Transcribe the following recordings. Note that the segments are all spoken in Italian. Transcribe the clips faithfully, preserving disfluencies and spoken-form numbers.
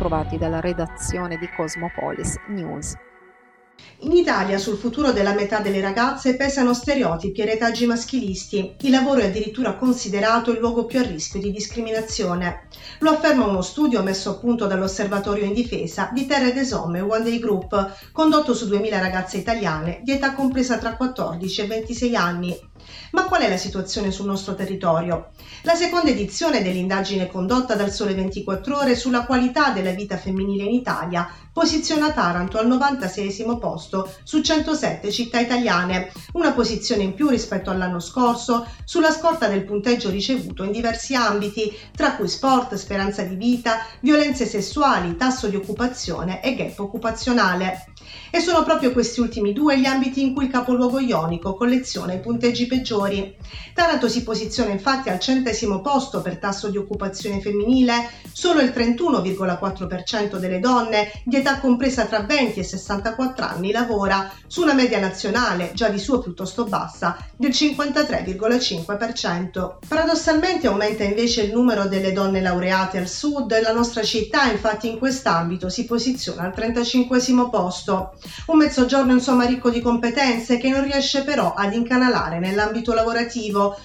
trovati dalla redazione di Cosmopolis News. In Italia sul futuro della metà delle ragazze pesano stereotipi e retaggi maschilisti. Il lavoro è addirittura considerato il luogo più a rischio di discriminazione. Lo afferma uno studio messo a punto dall'Osservatorio in Difesa di Terre des Hommes e One Day Group, condotto su duemila ragazze italiane di età compresa tra quattordici e ventisei anni. Ma qual è la situazione sul nostro territorio? La seconda edizione dell'indagine condotta dal Sole ventiquattro Ore sulla qualità della vita femminile in Italia posiziona Taranto al novantaseiesimo posto su centosette città italiane, una posizione in più rispetto all'anno scorso, sulla scorta del punteggio ricevuto in diversi ambiti, tra cui sport, speranza di vita, violenze sessuali, tasso di occupazione e gap occupazionale. E sono proprio questi ultimi due gli ambiti in cui il capoluogo ionico colleziona i punteggi peggiori. Taranto si posiziona infatti al centesimo posto per tasso di occupazione femminile, solo il trentuno virgola quattro per cento delle donne di età compresa tra venti e sessantaquattro anni lavora, su una media nazionale già di suo piuttosto bassa del cinquantatré virgola cinque per cento. Paradossalmente aumenta invece il numero delle donne laureate al sud e la nostra città infatti in quest'ambito si posiziona al trentacinquesimo posto. Un mezzogiorno insomma ricco di competenze che non riesce però ad incanalare nell'ambito lavorativo.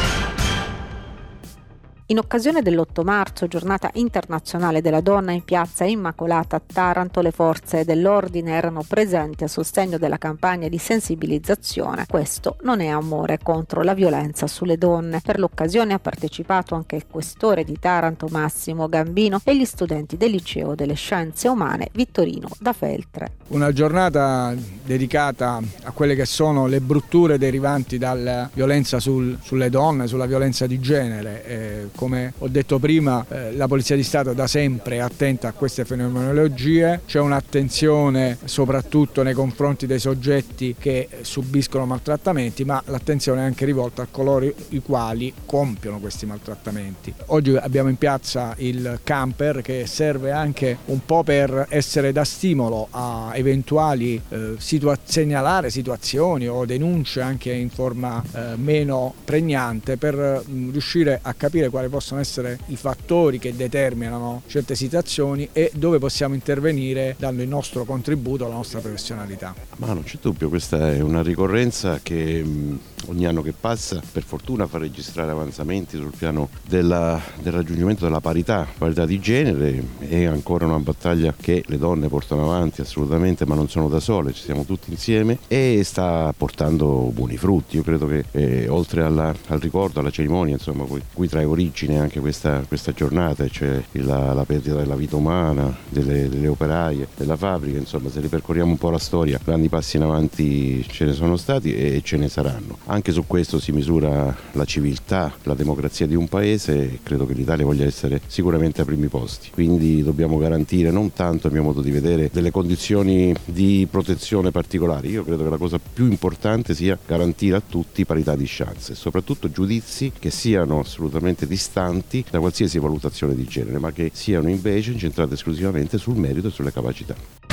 In occasione dell'otto marzo, giornata internazionale della donna, in piazza Immacolata a Taranto, le forze dell'ordine erano presenti a sostegno della campagna di sensibilizzazione "Questo non è amore" contro la violenza sulle donne. Per l'occasione ha partecipato anche il questore di Taranto Massimo Gambino e gli studenti del liceo delle scienze umane Vittorino da Feltre. Una giornata dedicata a quelle che sono le brutture derivanti dalla violenza sul, sulle donne, sulla violenza di genere. Eh, Come ho detto prima, eh, la Polizia di Stato da sempre è attenta a queste fenomenologie, c'è un'attenzione soprattutto nei confronti dei soggetti che subiscono maltrattamenti, ma l'attenzione è anche rivolta a coloro i quali compiono questi maltrattamenti. Oggi abbiamo in piazza il camper che serve anche un po' per essere da stimolo a eventuali eh, situa- segnalare situazioni o denunce anche in forma eh, meno pregnante per mh, riuscire a capire quali possono essere i fattori che determinano certe situazioni e dove possiamo intervenire dando il nostro contributo alla nostra professionalità. Ma non c'è dubbio, questa è una ricorrenza che mh, ogni anno che passa per fortuna fa registrare avanzamenti sul piano della, del raggiungimento della parità, parità di genere. È ancora una battaglia che le donne portano avanti assolutamente, ma non sono da sole, ci siamo tutti insieme e sta portando buoni frutti. Io credo che eh, oltre alla, al ricordo, alla cerimonia, insomma, cui, cui trae origine anche questa, questa giornata, cioè la, la perdita della vita umana, delle, delle operaie, della fabbrica, insomma, se ripercorriamo un po' la storia, grandi passi in avanti ce ne sono stati e ce ne saranno. Anche su questo si misura la civiltà, la democrazia di un paese e credo che l'Italia voglia essere sicuramente ai primi posti. Quindi dobbiamo garantire non tanto, a mio modo di vedere, delle condizioni di protezione particolari. Io credo che la cosa più importante sia garantire a tutti parità di chance e soprattutto giudizi che siano assolutamente distanti da qualsiasi valutazione di genere, ma che siano invece incentrate esclusivamente sul merito e sulle capacità.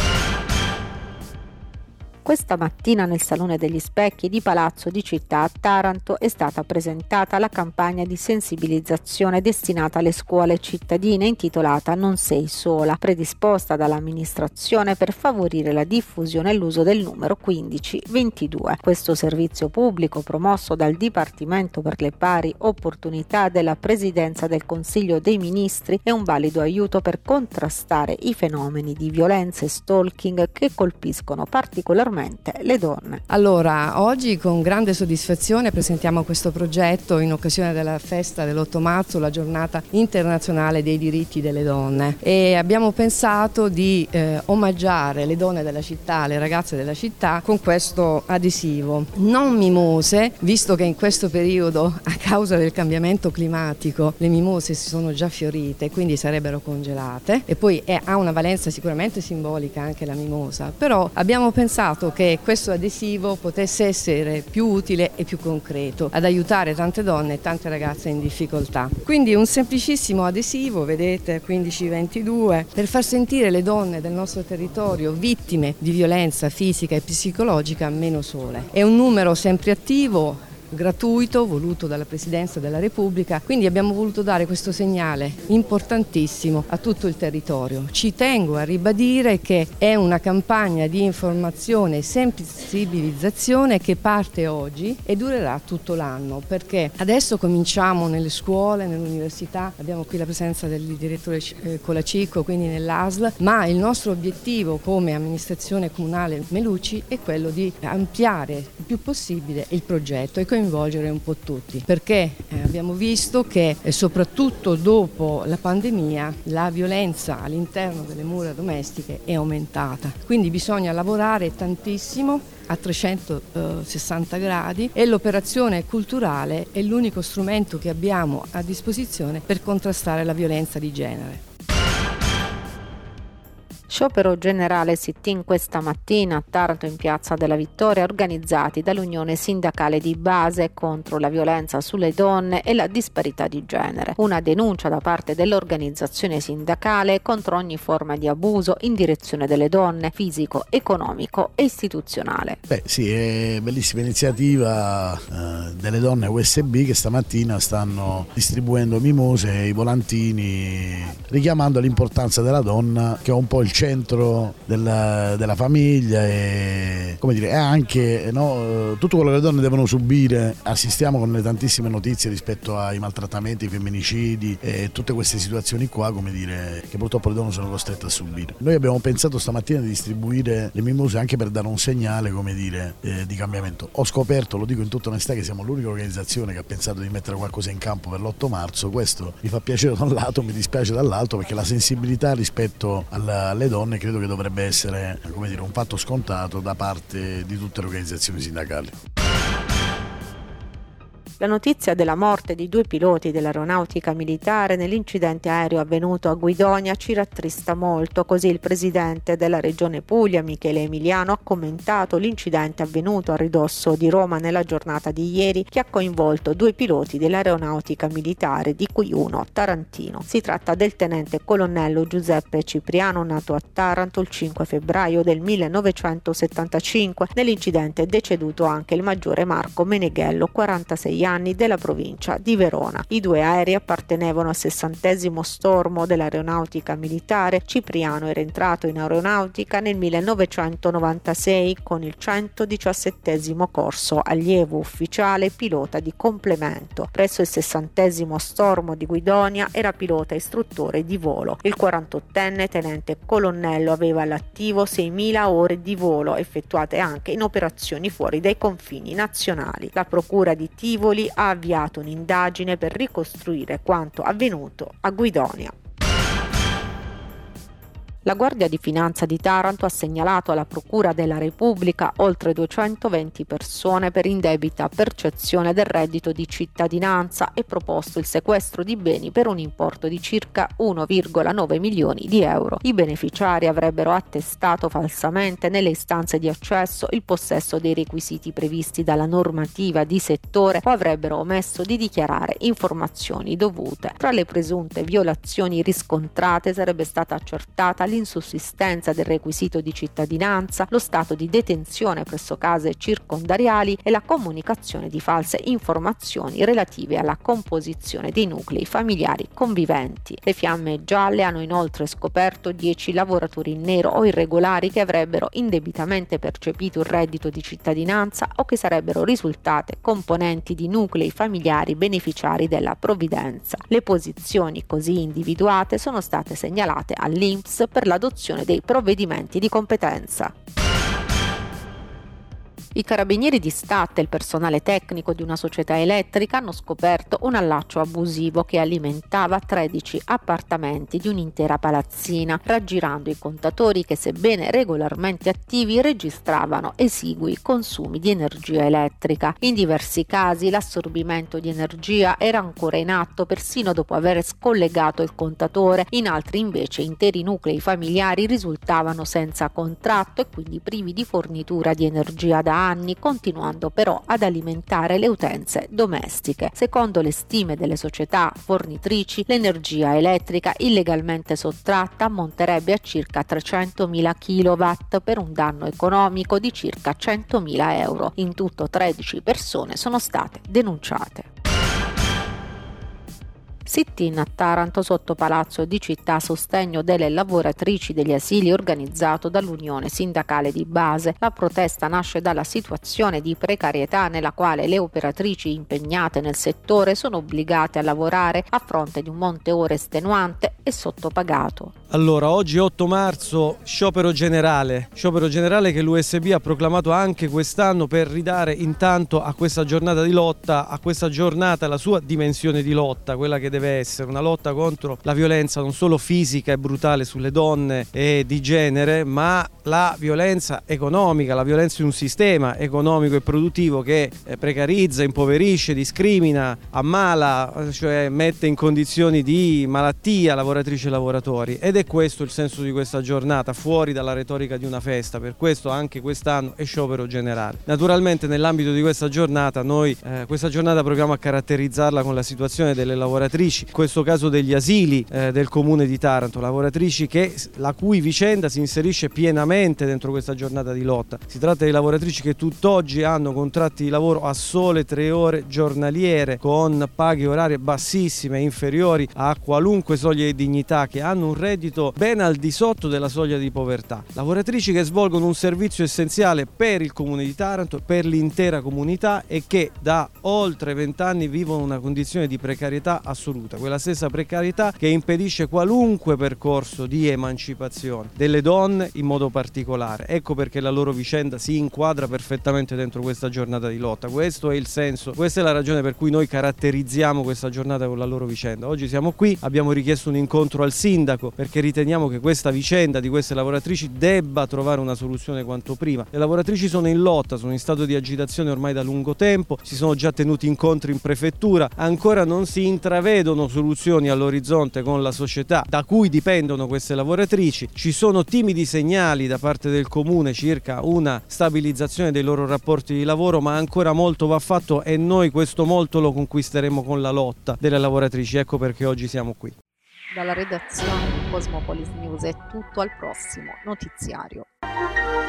Questa mattina nel Salone degli Specchi di Palazzo di Città a Taranto è stata presentata la campagna di sensibilizzazione destinata alle scuole cittadine intitolata "Non sei sola", predisposta dall'amministrazione per favorire la diffusione e l'uso del numero quindici ventidue. Questo servizio pubblico, promosso dal Dipartimento per le Pari Opportunità della Presidenza del Consiglio dei Ministri, è un valido aiuto per contrastare i fenomeni di violenza e stalking che colpiscono particolarmente le donne. Allora, oggi con grande soddisfazione presentiamo questo progetto in occasione della festa dell'otto marzo, la giornata internazionale dei diritti delle donne, e abbiamo pensato di eh, omaggiare le donne della città, le ragazze della città con questo adesivo. Non mimose, visto che in questo periodo a causa del cambiamento climatico le mimose si sono già fiorite, quindi sarebbero congelate, e poi è, ha una valenza sicuramente simbolica anche la mimosa, però abbiamo pensato che questo adesivo potesse essere più utile e più concreto ad aiutare tante donne e tante ragazze in difficoltà. Quindi un semplicissimo adesivo, vedete, quindici ventidue, per far sentire le donne del nostro territorio vittime di violenza fisica e psicologica meno sole. È un numero sempre attivo, gratuito voluto dalla Presidenza della Repubblica, quindi abbiamo voluto dare questo segnale importantissimo a tutto il territorio. Ci tengo a ribadire che è una campagna di informazione e sensibilizzazione che parte oggi e durerà tutto l'anno, perché adesso cominciamo nelle scuole, nell'università, abbiamo qui la presenza del direttore Colacicco, quindi nell'A S L, ma il nostro obiettivo come amministrazione comunale Meluci è quello di ampliare il più possibile il progetto e coinvolgere un po' tutti, perché eh, abbiamo visto che eh, soprattutto dopo la pandemia la violenza all'interno delle mura domestiche è aumentata, quindi bisogna lavorare tantissimo a trecentosessanta gradi e l'operazione culturale è l'unico strumento che abbiamo a disposizione per contrastare la violenza di genere. Sciopero generale sit-in questa mattina a Taranto in Piazza della Vittoria, organizzati dall'Unione Sindacale di Base contro la violenza sulle donne e la disparità di genere. Una denuncia da parte dell'organizzazione sindacale contro ogni forma di abuso in direzione delle donne, fisico, economico e istituzionale. Beh sì, è bellissima iniziativa eh, delle donne U S B che stamattina stanno distribuendo mimose e i volantini, richiamando l'importanza della donna, che è un po' il centro della, della famiglia e come dire, è anche no, tutto quello che le donne devono subire. Assistiamo con le tantissime notizie rispetto ai maltrattamenti, ai femminicidi e tutte queste situazioni qua, come dire, che purtroppo le donne sono costrette a subire. Noi abbiamo pensato stamattina di distribuire le mimose anche per dare un segnale, come dire, eh, di cambiamento. Ho scoperto, lo dico in tutta onestà, che siamo l'unica organizzazione che ha pensato di mettere qualcosa in campo per l'otto marzo. Questo mi fa piacere da un lato, mi dispiace dall'altro, perché la sensibilità rispetto alla, alle donne credo che dovrebbe essere, come dire, un fatto scontato da parte di tutte le organizzazioni sindacali. La notizia della morte di due piloti dell'aeronautica militare nell'incidente aereo avvenuto a Guidonia ci rattrista molto, così il presidente della Regione Puglia, Michele Emiliano, ha commentato l'incidente avvenuto a ridosso di Roma nella giornata di ieri, che ha coinvolto due piloti dell'aeronautica militare, di cui uno tarantino. Si tratta del tenente colonnello Giuseppe Cipriano, nato a Taranto il cinque febbraio del millenovecentosettantacinque. Nell'incidente è deceduto anche il maggiore Marco Meneghello, quarantasei anni, della provincia di Verona. I due aerei appartenevano al sessantesimo stormo dell'aeronautica militare. Cipriano era entrato in aeronautica nel millenovecentonovantasei con il centodiciassettesimo corso allievo ufficiale pilota di complemento. Presso il sessantesimo stormo di Guidonia era pilota istruttore di volo. Il quarantottenne tenente colonnello aveva all'attivo seimila ore di volo effettuate anche in operazioni fuori dai confini nazionali. La procura di Tivoli ha avviato un'indagine per ricostruire quanto avvenuto a Guidonia. La Guardia di Finanza di Taranto ha segnalato alla Procura della Repubblica oltre duecentoventi persone per indebita percezione del reddito di cittadinanza e proposto il sequestro di beni per un importo di circa uno virgola nove milioni di euro. I beneficiari avrebbero attestato falsamente nelle istanze di accesso il possesso dei requisiti previsti dalla normativa di settore o avrebbero omesso di dichiarare informazioni dovute. Tra le presunte violazioni riscontrate sarebbe stata accertata l'insussistenza del requisito di cittadinanza, lo stato di detenzione presso case circondariali e la comunicazione di false informazioni relative alla composizione dei nuclei familiari conviventi. Le fiamme gialle hanno inoltre scoperto dieci lavoratori in nero o irregolari che avrebbero indebitamente percepito il reddito di cittadinanza o che sarebbero risultate componenti di nuclei familiari beneficiari della provvidenza. Le posizioni così individuate sono state segnalate all'I N P S per l'adozione dei provvedimenti di competenza. I carabinieri di Statte e il personale tecnico di una società elettrica hanno scoperto un allaccio abusivo che alimentava tredici appartamenti di un'intera palazzina, raggirando i contatori che, sebbene regolarmente attivi, registravano esigui consumi di energia elettrica. In diversi casi l'assorbimento di energia era ancora in atto persino dopo aver scollegato il contatore, in altri invece interi nuclei familiari risultavano senza contratto e quindi privi di fornitura di energia da anni, continuando però ad alimentare le utenze domestiche. Secondo le stime delle società fornitrici, l'energia elettrica illegalmente sottratta ammonterebbe a circa trecentomila kilowatt per un danno economico di circa centomila euro. In tutto tredici persone sono state denunciate. Sit-in a Taranto sotto Palazzo di Città a sostegno delle lavoratrici degli asili organizzato dall'Unione Sindacale di Base. La protesta nasce dalla situazione di precarietà nella quale le operatrici impegnate nel settore sono obbligate a lavorare a fronte di un monte ore estenuante e sottopagato. Allora, oggi otto marzo, sciopero generale, sciopero generale che l'U S B ha proclamato anche quest'anno per ridare intanto a questa giornata di lotta, a questa giornata la sua dimensione di lotta, quella che deve essere una lotta contro la violenza non solo fisica e brutale sulle donne e di genere, ma la violenza economica, la violenza di un sistema economico e produttivo che precarizza, impoverisce, discrimina, ammala, cioè mette in condizioni di malattia lavoratrici e lavoratori. Ed è questo il senso di questa giornata, fuori dalla retorica di una festa. Per questo anche quest'anno è sciopero generale. Naturalmente nell'ambito di questa giornata noi eh, questa giornata proviamo a caratterizzarla con la situazione delle lavoratrici, in questo caso degli asili eh, del comune di Taranto, lavoratrici che, la cui vicenda si inserisce pienamente dentro questa giornata di lotta. Si tratta di lavoratrici che tutt'oggi hanno contratti di lavoro a sole tre ore giornaliere con paghe orarie bassissime, inferiori a qualunque soglia di dignità, che hanno un reddito ben al di sotto della soglia di povertà. Lavoratrici che svolgono un servizio essenziale per il comune di Taranto, per l'intera comunità, e che da oltre vent'anni vivono una condizione di precarietà assoluta, quella stessa precarietà che impedisce qualunque percorso di emancipazione delle donne in modo particolare. Ecco perché la loro vicenda si inquadra perfettamente dentro questa giornata di lotta. Questo è il senso, questa è la ragione per cui noi caratterizziamo questa giornata con la loro vicenda. Oggi siamo qui, abbiamo richiesto un incontro al sindaco perché riteniamo che questa vicenda di queste lavoratrici debba trovare una soluzione quanto prima. Le lavoratrici sono in lotta, sono in stato di agitazione ormai da lungo tempo, si sono già tenuti incontri in prefettura, ancora non si intravedono soluzioni all'orizzonte con la società da cui dipendono queste lavoratrici. Ci sono timidi segnali da parte del comune circa una stabilizzazione dei loro rapporti di lavoro, ma ancora molto va fatto e noi questo molto lo conquisteremo con la lotta delle lavoratrici. Ecco perché oggi siamo qui. Dalla redazione di Cosmopolis News è tutto, al prossimo notiziario.